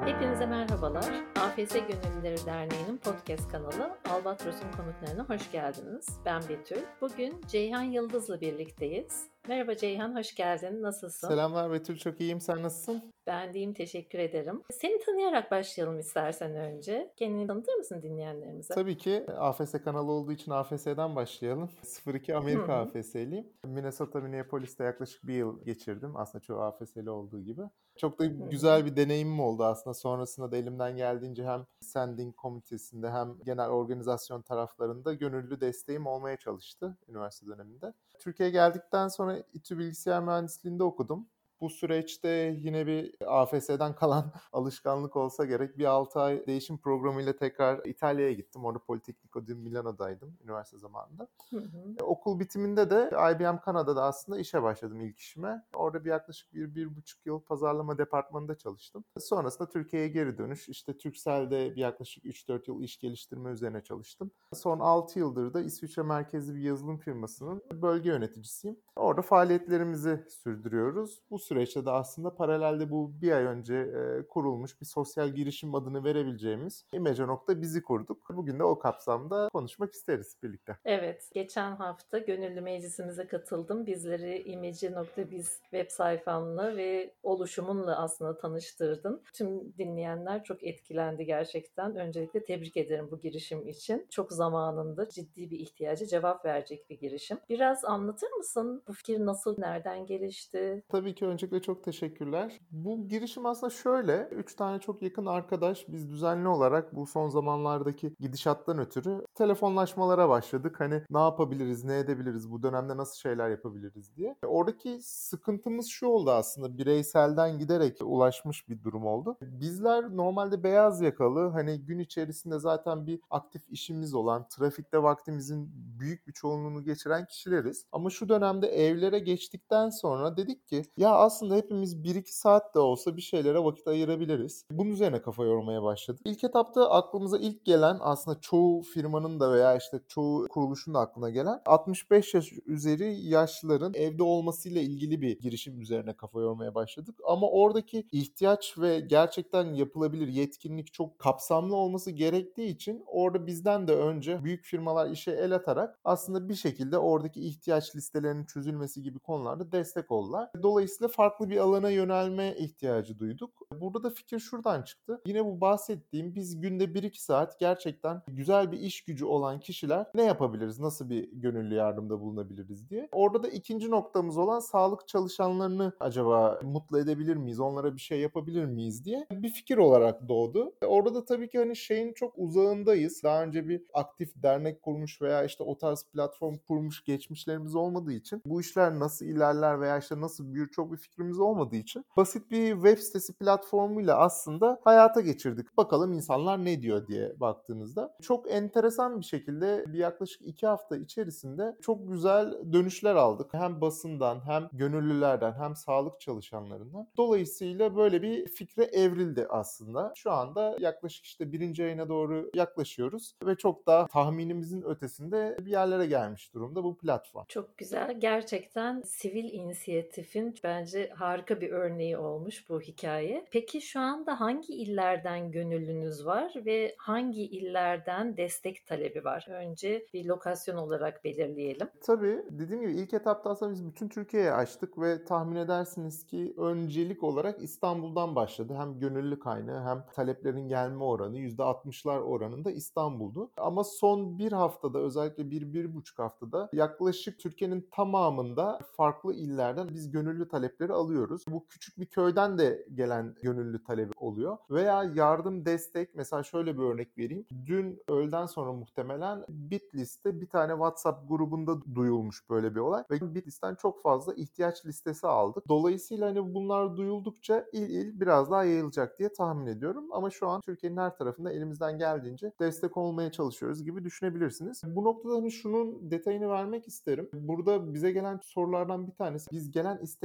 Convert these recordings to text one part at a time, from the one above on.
Hepinize merhabalar. AFS Gönüllüleri Derneği'nin podcast kanalı Albatros'un konuklarına hoş geldiniz. Ben Betül. Bugün Ceyhan Yıldız'la birlikteyiz. Merhaba Ceyhan, hoş geldin. Nasılsın? Selamlar Betül, çok iyiyim. Sen nasılsın? Ben deyim, teşekkür ederim. Seni tanıyarak başlayalım istersen önce. Kendini tanıtır mısın dinleyenlerimize? Tabii ki AFS kanalı olduğu için AFS'den başlayalım. 02 Hı Amerika hı. AFS'liyim. Minnesota, Minneapolis'te yaklaşık bir yıl geçirdim. Aslında çoğu AFS'li olduğu gibi. Çok da Hı hı. güzel bir deneyimim oldu aslında. Sonrasında da elimden geldiğince hem sending komitesinde hem genel organizasyon taraflarında gönüllü desteğim olmaya çalıştı üniversite döneminde. Türkiye'ye geldikten sonra İTÜ Bilgisayar Mühendisliği'nde okudum. Bu süreçte yine bir AFS'den kalan alışkanlık olsa gerek bir 6 ay değişim programıyla tekrar İtalya'ya gittim. Orada Politecnico di Milano'daydım üniversite zamanında. Hı hı. Okul bitiminde de IBM Kanada'da aslında işe başladım ilk işime. Orada bir yaklaşık 1,5 yıl pazarlama departmanında çalıştım. Sonrasında Türkiye'ye geri dönüş, işte Turkcell'de bir yaklaşık 3-4 yıl iş geliştirme üzerine çalıştım. Son 6 yıldır da İsviçre merkezli bir yazılım firmasının bölge yöneticisiyim. Orada faaliyetlerimizi sürdürüyoruz. Bu süreçte de aslında paralelde bu bir ay önce kurulmuş bir sosyal girişim adını verebileceğimiz Image.Bizi bizi kurduk. Bugün de o kapsamda konuşmak isteriz birlikte. Evet, geçen hafta gönüllü meclisimize katıldım. Bizleri imece.biz web sayfanla ve oluşumunla aslında tanıştırdın. Tüm dinleyenler çok etkilendi gerçekten. Öncelikle tebrik ederim bu girişim için. Çok zamanında ciddi bir ihtiyaca cevap verecek bir girişim. Biraz anlatır mısın? Bu fikir nasıl, nereden gelişti? Tabii ki öncelikle çok teşekkürler. Bu girişim aslında şöyle, 3 tane çok yakın arkadaş biz düzenli olarak bu son zamanlardaki gidişattan ötürü telefonlaşmalara başladık. Hani ne yapabiliriz, ne edebiliriz, bu dönemde nasıl şeyler yapabiliriz diye. Oradaki sıkıntımız şu oldu aslında, bireyselden giderek ulaşmış bir durum oldu. Bizler normalde beyaz yakalı, hani gün içerisinde zaten bir aktif işimiz olan, trafikte vaktimizin büyük bir çoğunluğunu geçiren kişileriz. Ama şu dönemde evlere geçtikten sonra dedik ki ya aslında hepimiz 1-2 saat de olsa bir şeylere vakit ayırabiliriz. Bunun üzerine kafa yormaya başladık. İlk etapta aklımıza ilk gelen, aslında çoğu firmanın da veya işte çoğu kuruluşun da aklına gelen 65 yaş üzeri yaşlıların evde olmasıyla ilgili bir girişim üzerine kafa yormaya başladık. Ama oradaki ihtiyaç ve gerçekten yapılabilir yetkinlik çok kapsamlı olması gerektiği için orada bizden de önce büyük firmalar işe el atarak aslında bir şekilde oradaki ihtiyaç listelerinin çözülmesi gibi konularda destek oldular. Dolayısıyla farklı bir alana yönelme ihtiyacı duyduk. Burada da fikir şuradan çıktı. Yine bu bahsettiğim, biz günde 1-2 saat gerçekten güzel bir iş gücü olan kişiler ne yapabiliriz, nasıl bir gönüllü yardımda bulunabiliriz diye. Orada da ikinci noktamız olan sağlık çalışanlarını acaba mutlu edebilir miyiz, onlara bir şey yapabilir miyiz diye bir fikir olarak doğdu. Orada da tabii ki hani şeyin çok uzağındayız. Daha önce bir aktif dernek kurmuş veya işte o tarz platform kurmuş geçmişlerimiz olmadığı için bu işler nasıl ilerler veya işte nasıl büyür çok bir fikrimiz olmadığı için basit bir web sitesi platformuyla aslında hayata geçirdik. Bakalım insanlar ne diyor diye baktığınızda. Çok enteresan bir şekilde bir yaklaşık 2 hafta içerisinde çok güzel dönüşler aldık. Hem basından hem gönüllülerden hem sağlık çalışanlarından. Dolayısıyla böyle bir fikre evrildi aslında. Şu anda yaklaşık işte 1. ayına doğru yaklaşıyoruz ve çok daha tahminimizin ötesinde bir yerlere gelmiş durumda bu platform. Çok güzel. Gerçekten sivil inisiyatifin bence harika bir örneği olmuş bu hikaye. Peki şu anda hangi illerden gönüllünüz var ve hangi illerden destek talebi var? Önce bir lokasyon olarak belirleyelim. Tabii dediğim gibi ilk etapta aslında biz bütün Türkiye'ye açtık ve tahmin edersiniz ki öncelik olarak İstanbul'dan başladı. Hem gönüllü kaynağı hem taleplerin gelme oranı %60'lar oranında İstanbul'du. Ama son bir haftada, özellikle 1-1,5 haftada yaklaşık Türkiye'nin tamamında farklı illerden biz gönüllü talepleri alıyoruz. Bu küçük bir köyden de gelen gönüllü talebi oluyor. Veya yardım, destek, mesela şöyle bir örnek vereyim. Dün öğleden sonra muhtemelen Bitlis'te bir tane WhatsApp grubunda duyulmuş böyle bir olay ve Bitlis'ten çok fazla ihtiyaç listesi aldık. Dolayısıyla hani bunlar duyuldukça il il biraz daha yayılacak diye tahmin ediyorum. Ama şu an Türkiye'nin her tarafında elimizden geldiğince destek olmaya çalışıyoruz gibi düşünebilirsiniz. Bu noktada hani şunun detayını vermek isterim. Burada bize gelen sorulardan bir tanesi, biz gelen isteklerin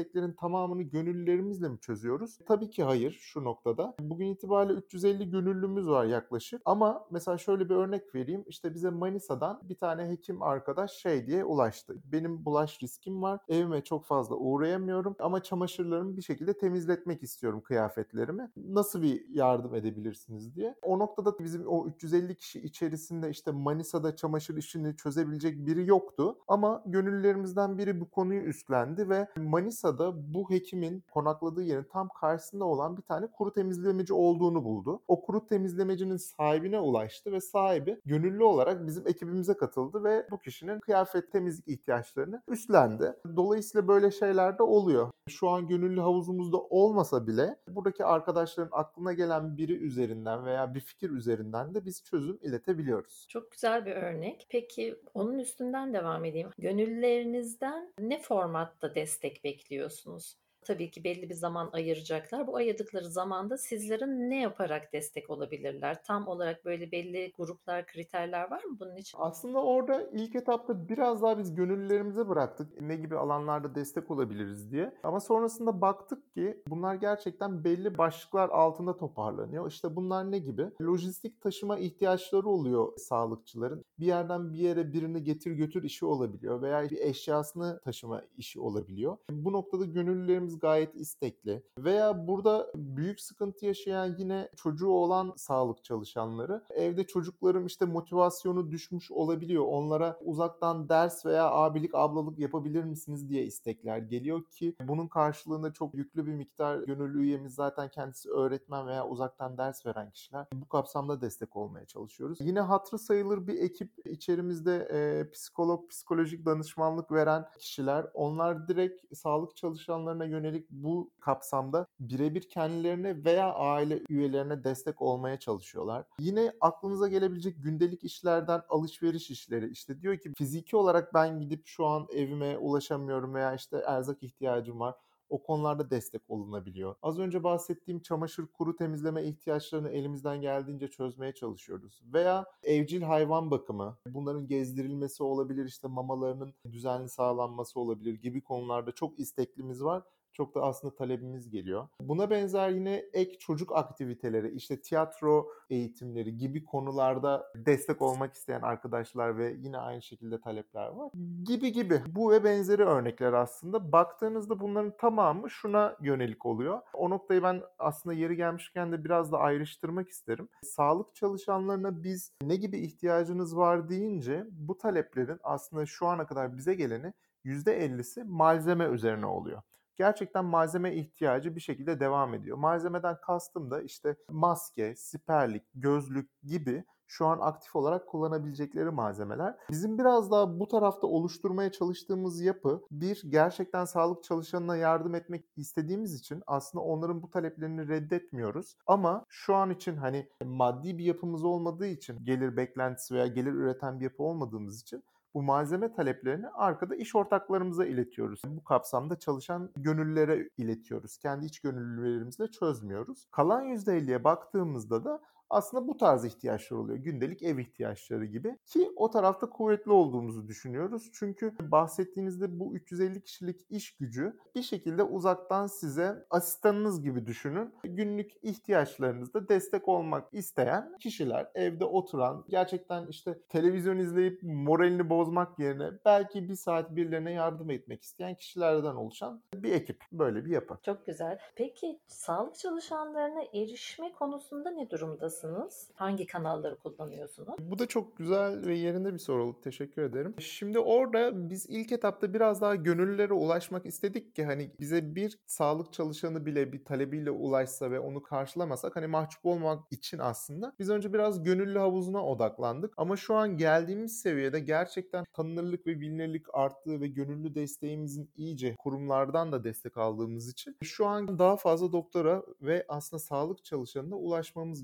tamamını gönüllülerimizle mi çözüyoruz? Tabii ki hayır şu noktada. Bugün itibariyle 350 gönüllümüz var yaklaşık. Ama mesela şöyle bir örnek vereyim. İşte bize Manisa'dan bir tane hekim arkadaş şey diye ulaştı. Benim bulaş riskim var. Evime çok fazla uğrayamıyorum ama çamaşırlarımı bir şekilde temizletmek istiyorum, kıyafetlerimi. Nasıl bir yardım edebilirsiniz diye. O noktada bizim o 350 kişi içerisinde işte Manisa'da çamaşır işini çözebilecek biri yoktu. Ama gönüllülerimizden biri bu konuyu üstlendi ve Manisa'da bu hekimin konakladığı yerin tam karşısında olan bir tane kuru temizlemeci olduğunu buldu. O kuru temizlemecinin sahibine ulaştı ve sahibi gönüllü olarak bizim ekibimize katıldı ve bu kişinin kıyafet temizlik ihtiyaçlarını üstlendi. Dolayısıyla böyle şeyler de oluyor. Şu an gönüllü havuzumuzda olmasa bile buradaki arkadaşların aklına gelen biri üzerinden veya bir fikir üzerinden de biz çözüm iletebiliyoruz. Çok güzel bir örnek. Peki onun üstünden devam edeyim. Gönüllülerinizden ne formatta destek bekliyorsunuz? Tabii ki belli bir zaman ayıracaklar. Bu ayırdıkları zamanda sizlerin ne yaparak destek olabilirler? Tam olarak böyle belli gruplar, kriterler var mı bunun için? Aslında orada ilk etapta biraz daha biz gönüllülerimize bıraktık ne gibi alanlarda destek olabiliriz diye. Ama sonrasında baktık ki bunlar gerçekten belli başlıklar altında toparlanıyor. İşte bunlar ne gibi? Lojistik taşıma ihtiyaçları oluyor sağlıkçıların. Bir yerden bir yere birini getir götür işi olabiliyor veya bir eşyasını taşıma işi olabiliyor. Bu noktada gönüllülerimiz gayet istekli. Veya burada büyük sıkıntı yaşayan yine çocuğu olan sağlık çalışanları, evde çocuklarım işte motivasyonu düşmüş olabiliyor. Onlara uzaktan ders veya abilik ablalık yapabilir misiniz diye istekler geliyor ki bunun karşılığında çok yüklü bir miktar gönüllü üyemiz zaten kendisi öğretmen veya uzaktan ders veren kişiler. Bu kapsamda destek olmaya çalışıyoruz. Yine hatırı sayılır bir ekip içerimizde psikolog, psikolojik danışmanlık veren kişiler. Onlar direkt sağlık çalışanlarına yönelik bu kapsamda birebir kendilerine veya aile üyelerine destek olmaya çalışıyorlar. Yine aklınıza gelebilecek gündelik işlerden alışveriş işleri. İşte diyor ki fiziki olarak ben gidip şu an evime ulaşamıyorum veya işte erzak ihtiyacım var. O konularda destek olunabiliyor. Az önce bahsettiğim çamaşır kuru temizleme ihtiyaçlarını elimizden geldiğince çözmeye çalışıyoruz. Veya evcil hayvan bakımı, bunların gezdirilmesi olabilir, işte mamalarının düzenli sağlanması olabilir gibi konularda çok isteklimiz var. Çok da aslında talebimiz geliyor. Buna benzer yine ek çocuk aktiviteleri, işte tiyatro eğitimleri gibi konularda destek olmak isteyen arkadaşlar ve yine aynı şekilde talepler var. Gibi gibi. Bu ve benzeri örnekler aslında. Baktığınızda bunların tamamı şuna yönelik oluyor. O noktayı ben aslında yeri gelmişken de biraz da ayrıştırmak isterim. Sağlık çalışanlarına biz ne gibi ihtiyacınız var deyince bu taleplerin aslında şu ana kadar bize geleni %50'si malzeme üzerine oluyor. Gerçekten malzeme ihtiyacı bir şekilde devam ediyor. Malzemeden kastım da işte maske, siperlik, gözlük gibi şu an aktif olarak kullanabilecekleri malzemeler. Bizim biraz daha bu tarafta oluşturmaya çalıştığımız yapı, bir gerçekten sağlık çalışanına yardım etmek istediğimiz için aslında onların bu taleplerini reddetmiyoruz. Ama şu an için hani maddi bir yapımız olmadığı için, gelir beklentisi veya gelir üreten bir yapı olmadığımız için bu malzeme taleplerini arkada iş ortaklarımıza iletiyoruz. Bu kapsamda çalışan gönüllülere iletiyoruz. Kendi iç gönüllülerimizle çözmüyoruz. Kalan %50'ye baktığımızda da aslında bu tarz ihtiyaçlar oluyor. Gündelik ev ihtiyaçları gibi ki o tarafta kuvvetli olduğumuzu düşünüyoruz. Çünkü bahsettiğinizde bu 350 kişilik iş gücü bir şekilde uzaktan size asistanınız gibi düşünün. Günlük ihtiyaçlarınızda destek olmak isteyen kişiler, evde oturan, gerçekten işte televizyon izleyip moralini bozmak yerine belki bir saat birilerine yardım etmek isteyen kişilerden oluşan bir ekip. Böyle bir yapı. Çok güzel. Peki sağlık çalışanlarına erişme konusunda ne durumdasınız? Hangi kanalları kullanıyorsunuz? Bu da çok güzel ve yerinde bir soru oldu. Teşekkür ederim. Şimdi orada biz ilk etapta biraz daha gönüllülere ulaşmak istedik ki hani bize bir sağlık çalışanı bile bir talebiyle ulaşsa ve onu karşılamasak hani mahcup olmak için aslında biz önce biraz gönüllü havuzuna odaklandık. Ama şu an geldiğimiz seviyede gerçekten tanınırlık ve bilinirlik arttığı ve gönüllü desteğimizin iyice kurumlardan da destek aldığımız için şu an daha fazla doktora ve aslında sağlık çalışanına ulaşmamız gerekiyor.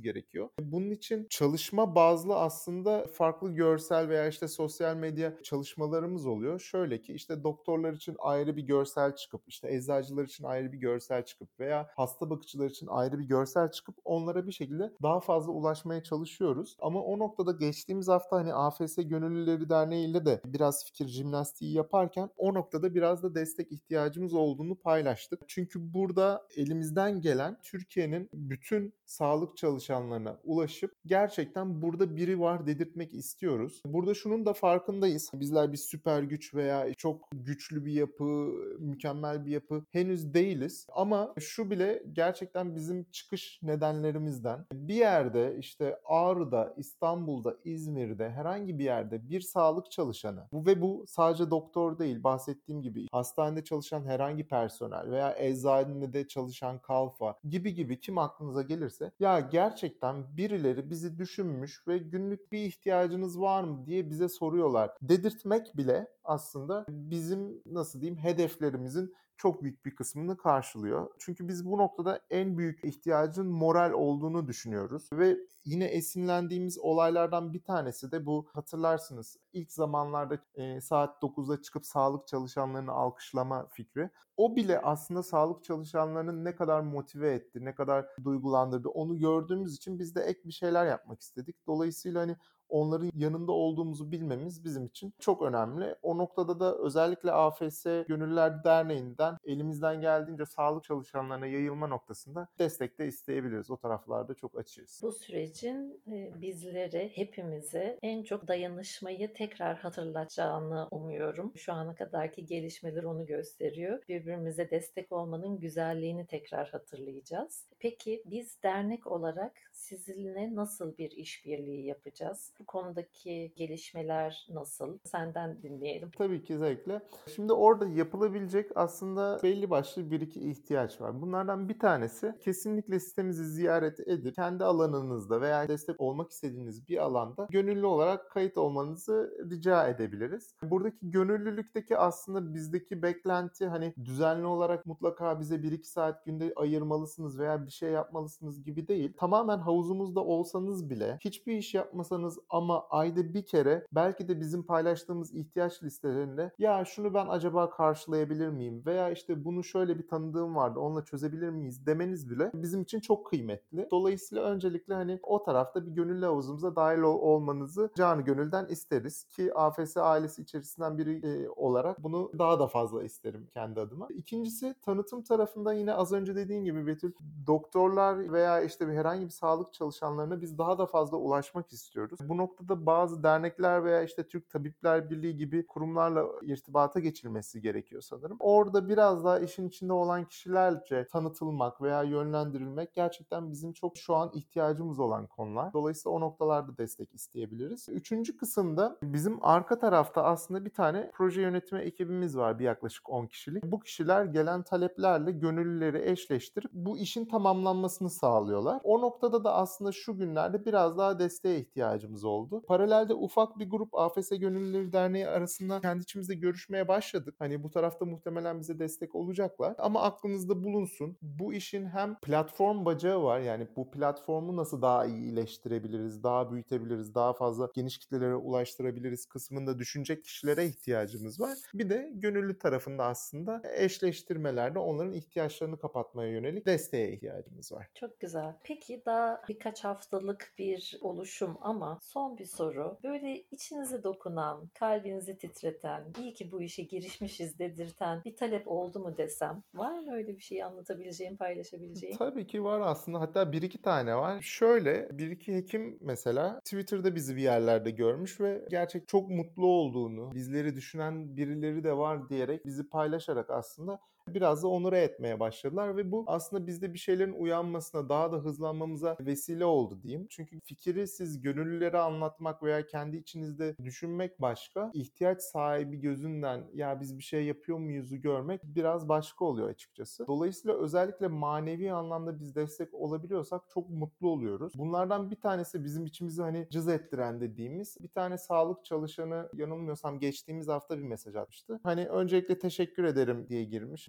gerekiyor. Bunun için çalışma bazlı aslında farklı görsel veya işte sosyal medya çalışmalarımız oluyor. Şöyle ki işte doktorlar için ayrı bir görsel çıkıp, işte eczacılar için ayrı bir görsel çıkıp veya hasta bakıcılar için ayrı bir görsel çıkıp onlara bir şekilde daha fazla ulaşmaya çalışıyoruz. Ama o noktada geçtiğimiz hafta hani AFS Gönüllüleri Derneği ile de biraz fikir jimnastiği yaparken o noktada biraz da destek ihtiyacımız olduğunu paylaştık. Çünkü burada elimizden gelen Türkiye'nin bütün sağlık çalışanlarına ulaşıp gerçekten burada biri var dedirtmek istiyoruz. Burada şunun da farkındayız. Bizler bir süper güç veya çok güçlü bir yapı, mükemmel bir yapı henüz değiliz. Ama şu bile gerçekten bizim çıkış nedenlerimizden. Bir yerde işte Ağrı'da, İstanbul'da, İzmir'de herhangi bir yerde bir sağlık çalışanı bu sadece doktor değil, bahsettiğim gibi hastanede çalışan herhangi personel veya eczanede çalışan kalfa gibi kim aklınıza gelirse ya gerçekten birileri bizi düşünmüş ve günlük bir ihtiyacınız var mı diye bize soruyorlar. Dedirtmek bile aslında bizim nasıl diyeyim hedeflerimizin çok büyük bir kısmını karşılıyor. Çünkü biz bu noktada en büyük ihtiyacın moral olduğunu düşünüyoruz ve yine esinlendiğimiz olaylardan bir tanesi de bu, hatırlarsınız ilk zamanlarda saat 9'da çıkıp sağlık çalışanlarını alkışlama fikri. O bile aslında sağlık çalışanlarının ne kadar motive etti, ne kadar duygulandırdı onu gördüğümüz için biz de ek bir şeyler yapmak istedik. Dolayısıyla hani onların yanında olduğumuzu bilmemiz bizim için çok önemli. O noktada da özellikle AFS Gönüllüler Derneği'nden elimizden geldiğince sağlık çalışanlarına yayılma noktasında destek de isteyebiliriz. O taraflarda çok açığız. Bu sürecin bizlere, hepimize en çok dayanışmayı tekrar hatırlatacağını umuyorum. Şu ana kadarki gelişmeler onu gösteriyor. Birbirimize destek olmanın güzelliğini tekrar hatırlayacağız. Peki biz dernek olarak sizinle nasıl bir işbirliği yapacağız? Bu konudaki gelişmeler nasıl? Senden dinleyelim. Tabii ki zevkle. Şimdi orada yapılabilecek aslında belli başlı bir iki ihtiyaç var. Bunlardan bir tanesi kesinlikle sitemizi ziyaret edip kendi alanınızda veya destek olmak istediğiniz bir alanda gönüllü olarak kayıt olmanızı rica edebiliriz. Buradaki gönüllülükteki aslında bizdeki beklenti hani düzenli olarak mutlaka bize 1-2 saat günde ayırmalısınız veya bir şey yapmalısınız gibi değil. Tamamen havuzumuzda olsanız bile hiçbir iş yapmasanız ama ayda bir kere belki de bizim paylaştığımız ihtiyaç listelerinde ya şunu ben acaba karşılayabilir miyim veya işte bunu şöyle bir tanıdığım vardı onunla çözebilir miyiz demeniz bile bizim için çok kıymetli. Dolayısıyla öncelikle hani o tarafta bir gönüllü havuzumuza dahil olmanızı canı gönülden isteriz ki AFS ailesi içerisinden biri olarak bunu daha da fazla isterim kendi adıma. İkincisi tanıtım tarafında yine az önce dediğin gibi Betül, doktorlar veya işte herhangi bir sağlık çalışanlarına biz daha da fazla ulaşmak istiyoruz. Bu noktada bazı dernekler veya işte Türk Tabipler Birliği gibi kurumlarla irtibata geçilmesi gerekiyor sanırım. Orada biraz daha işin içinde olan kişilerce tanıtılmak veya yönlendirilmek gerçekten bizim çok şu an ihtiyacımız olan konular. Dolayısıyla o noktalarda destek isteyebiliriz. Üçüncü kısımda bizim arka tarafta aslında bir tane proje yönetimi ekibimiz var, bir yaklaşık 10 kişilik. Bu kişiler gelen taleplerle gönüllüleri eşleştirip bu işin tamamlanmasını sağlıyorlar. O noktada da aslında şu günlerde biraz daha desteğe ihtiyacımız oldu. Paralelde ufak bir grup AFS Gönüllüleri Derneği arasında kendi içimizde görüşmeye başladık. Hani bu tarafta muhtemelen bize destek olacaklar. Ama aklınızda bulunsun. Bu işin hem platform bacağı var. Yani bu platformu nasıl daha iyi iyileştirebiliriz, daha büyütebiliriz, daha fazla geniş kitlelere ulaştırabiliriz kısmında düşünecek kişilere ihtiyacımız var. Bir de gönüllü tarafında aslında eşleştirmelerde onların ihtiyaçlarını kapatmaya yönelik desteğe ihtiyacımız var. Çok güzel. Peki daha birkaç haftalık bir oluşum ama son bir soru. Böyle içinize dokunan, kalbinizi titreten, iyi ki bu işe girişmişiz dedirten bir talep oldu mu desem? Var mı öyle bir şey anlatabileceğim, paylaşabileceğim? Tabii ki var aslında. Hatta bir iki tane var. Şöyle bir iki hekim mesela Twitter'da bizi bir yerlerde görmüş ve gerçek çok mutlu olduğunu, bizleri düşünen birileri de var diyerek bizi paylaşarak aslında biraz da onore etmeye başladılar ve bu aslında bizde bir şeylerin uyanmasına, daha da hızlanmamıza vesile oldu diyeyim. Çünkü fikri siz gönüllülere anlatmak veya kendi içinizde düşünmek başka, ihtiyaç sahibi gözünden ya biz bir şey yapıyor muyuz'u görmek biraz başka oluyor açıkçası. Dolayısıyla özellikle manevi anlamda biz destek olabiliyorsak çok mutlu oluyoruz. Bunlardan bir tanesi bizim içimizi hani cız ettiren dediğimiz bir tane sağlık çalışanı, yanılmıyorsam geçtiğimiz hafta bir mesaj atmıştı. Hani öncelikle teşekkür ederim diye girmiş.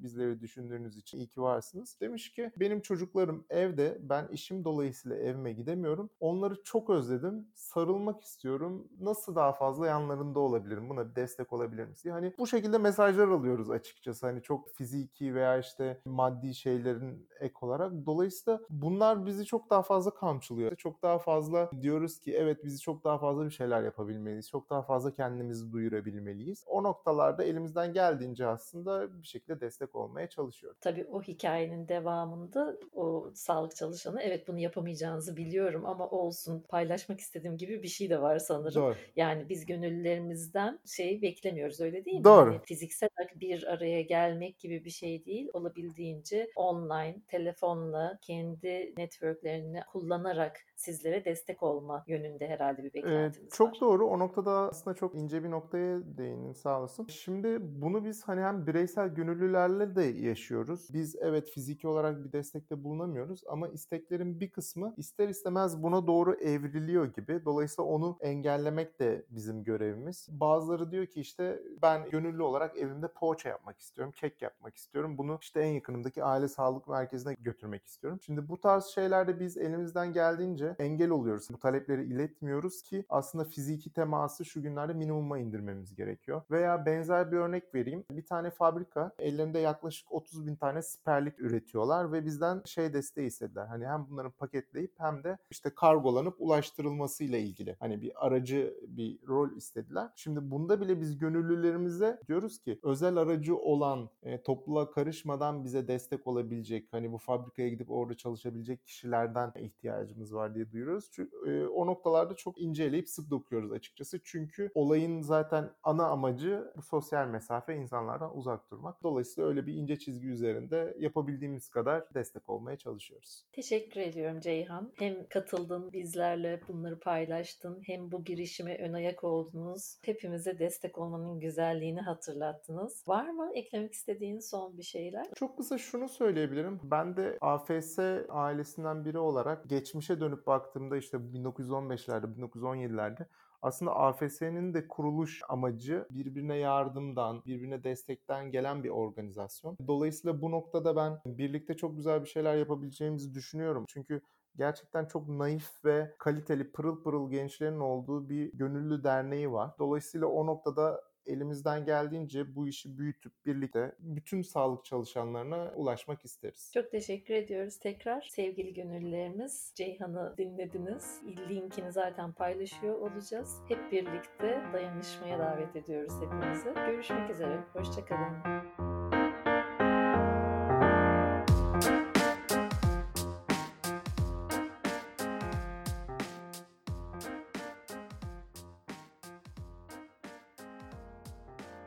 bizleri düşündüğünüz için iyi ki varsınız. Demiş ki benim çocuklarım evde, ben işim dolayısıyla evime gidemiyorum. Onları çok özledim, sarılmak istiyorum. Nasıl daha fazla yanlarında olabilirim? Buna bir destek olabilir misin? Hani bu şekilde mesajlar alıyoruz açıkçası. Hani çok fiziki veya işte maddi şeylerin ek olarak. Dolayısıyla bunlar bizi çok daha fazla kamçılıyor. Çok daha fazla diyoruz ki evet, bizi çok daha fazla bir şeyler yapabilmeliyiz. Çok daha fazla kendimizi duyurabilmeliyiz. O noktalarda elimizden geldiğince aslında bir şekilde destek olmaya çalışıyoruz. Tabii o hikayenin devamında o sağlık çalışanı evet bunu yapamayacağınızı biliyorum ama olsun paylaşmak istediğim gibi bir şey de var sanırım. Doğru. Yani biz gönüllülerimizden şey beklemiyoruz öyle değil mi? Doğru. Hani fiziksel olarak bir araya gelmek gibi bir şey değil. Olabildiğince online, telefonla, kendi networklerini kullanarak sizlere destek olma yönünde herhalde bir beklentiniz Çok var. doğru. O noktada aslında çok ince bir noktaya değindin, sağ olasın. Şimdi bunu biz hani hem bireysel gönüllülerle de yaşıyoruz. Biz evet fiziki olarak bir destekte bulunamıyoruz ama isteklerin bir kısmı ister istemez buna doğru evriliyor gibi. Dolayısıyla onu engellemek de bizim görevimiz. Bazıları diyor ki işte ben gönüllü olarak evimde poğaça yapmak istiyorum, kek yapmak istiyorum. Bunu işte en yakınımdaki aile sağlık merkezine götürmek istiyorum. Şimdi bu tarz şeylerde biz elimizden geldiğince engel oluyoruz. Bu talepleri iletmiyoruz ki aslında fiziki teması şu günlerde minimuma indirmemiz gerekiyor. Veya benzer bir örnek vereyim. Bir tane fabrika ellerinde yaklaşık 30 bin tane siperlik üretiyorlar ve bizden şey desteği istediler. Hani hem bunların paketleyip hem de işte kargolanıp ulaştırılmasıyla ilgili hani bir aracı bir rol istediler. Şimdi bunda bile biz gönüllülerimize diyoruz ki özel aracı olan topluluğa karışmadan bize destek olabilecek hani bu fabrikaya gidip orada çalışabilecek kişilerden ihtiyacımız var diye duyuruyoruz. Çünkü o noktalarda çok inceleyip sık dokuyoruz açıkçası. Çünkü olayın zaten ana amacı bu sosyal mesafe, insanlardan uzak durmak. Dolayısıyla öyle bir ince çizgi üzerinde yapabildiğimiz kadar destek olmaya çalışıyoruz. Teşekkür ediyorum Ceyhan. Hem katıldın, bizlerle bunları paylaştın, hem bu girişime ön ayak oldunuz. Hepimize destek olmanın güzelliğini hatırlattınız. Var mı eklemek istediğin son bir şeyler? Çok kısa şunu söyleyebilirim. Ben de AFS ailesinden biri olarak geçmişe dönüp baktığımda işte 1915'lerde, 1917'lerde aslında AFS'nin de kuruluş amacı birbirine yardımdan, birbirine destekten gelen bir organizasyon. Dolayısıyla bu noktada ben birlikte çok güzel bir şeyler yapabileceğimizi düşünüyorum. Çünkü gerçekten çok naif ve kaliteli, pırıl pırıl gençlerin olduğu bir gönüllü derneği var. Dolayısıyla o noktada elimizden geldiğince bu işi büyütüp birlikte bütün sağlık çalışanlarına ulaşmak isteriz. Çok teşekkür ediyoruz tekrar. Sevgili gönüllülerimiz, Ceyhan'ı dinlediniz. Linkini zaten paylaşıyor olacağız. Hep birlikte dayanışmaya davet ediyoruz hepinizi. Görüşmek üzere. Hoşça kalın.